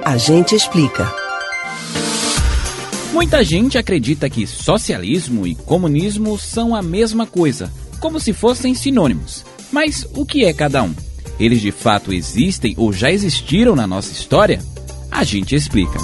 A gente explica. Muita gente acredita que socialismo e comunismo são a mesma coisa, como se fossem sinônimos. Mas o que é cada um? Eles de fato existem ou já existiram na nossa história? A gente explica.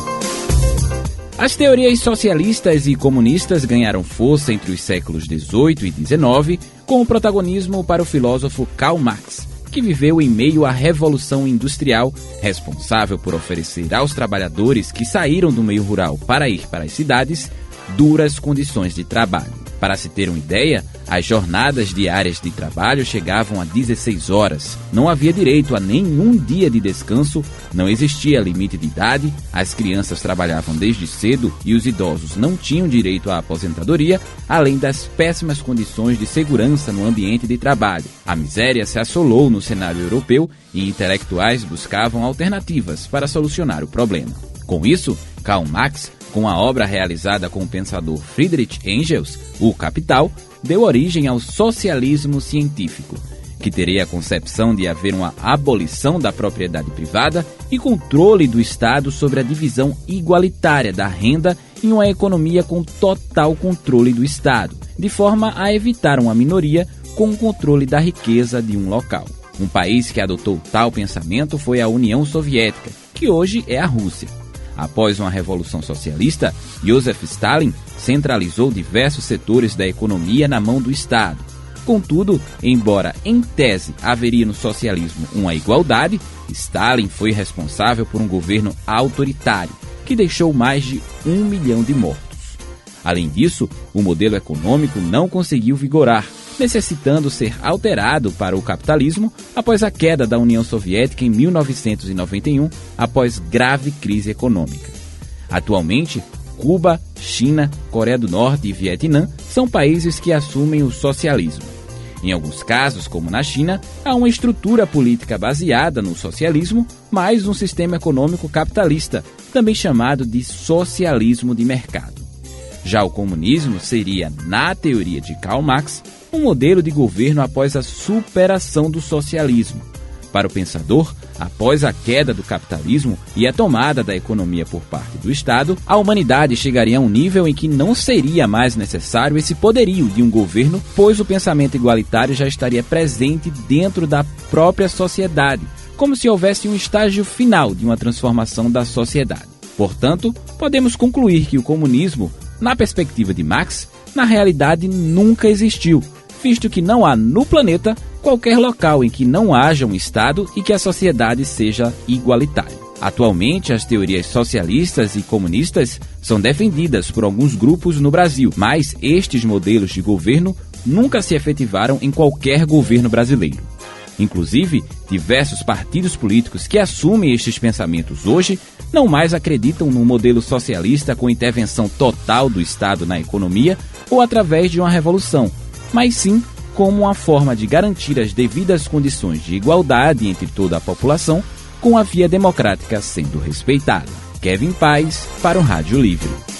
As teorias socialistas e comunistas ganharam força entre os séculos XVIII e XIX, com o protagonismo para o filósofo Karl Marx, que viveu em meio à Revolução Industrial, responsável por oferecer aos trabalhadores que saíram do meio rural para ir para as cidades duras condições de trabalho. Para se ter uma ideia, as jornadas diárias de trabalho chegavam a 16 horas, não havia direito a nenhum dia de descanso, não existia limite de idade, as crianças trabalhavam desde cedo e os idosos não tinham direito à aposentadoria, além das péssimas condições de segurança no ambiente de trabalho. A miséria se assolou no cenário europeu e intelectuais buscavam alternativas para solucionar o problema. Com isso, Karl Marx, com a obra realizada com o pensador Friedrich Engels, O Capital, deu origem ao socialismo científico, que teria a concepção de haver uma abolição da propriedade privada e controle do Estado sobre a divisão igualitária da renda em uma economia com total controle do Estado, de forma a evitar uma minoria com o controle da riqueza de um local. Um país que adotou tal pensamento foi a União Soviética, que hoje é a Rússia. Após uma revolução socialista, Joseph Stalin centralizou diversos setores da economia na mão do Estado. Contudo, embora em tese haveria no socialismo uma igualdade, Stalin foi responsável por um governo autoritário, que deixou mais de 1 milhão de mortos. Além disso, o modelo econômico não conseguiu vigorar, necessitando ser alterado para o capitalismo após a queda da União Soviética em 1991, após grave crise econômica. Atualmente, Cuba, China, Coreia do Norte e Vietnã são países que assumem o socialismo. Em alguns casos, como na China, há uma estrutura política baseada no socialismo, mais um sistema econômico capitalista, também chamado de socialismo de mercado. Já o comunismo seria, na teoria de Karl Marx, um modelo de governo após a superação do socialismo. Para o pensador, após a queda do capitalismo e a tomada da economia por parte do Estado, a humanidade chegaria a um nível em que não seria mais necessário esse poderio de um governo, pois o pensamento igualitário já estaria presente dentro da própria sociedade, como se houvesse um estágio final de uma transformação da sociedade. Portanto, podemos concluir que o comunismo, na perspectiva de Marx, na realidade nunca existiu, visto que não há no planeta qualquer local em que não haja um Estado e que a sociedade seja igualitária. Atualmente, as teorias socialistas e comunistas são defendidas por alguns grupos no Brasil, mas estes modelos de governo nunca se efetivaram em qualquer governo brasileiro. Inclusive, diversos partidos políticos que assumem estes pensamentos hoje não mais acreditam no modelo socialista com intervenção total do Estado na economia ou através de uma revolução, mas sim como uma forma de garantir as devidas condições de igualdade entre toda a população, com a via democrática sendo respeitada. Kevin Paz, para o Rádio Livre.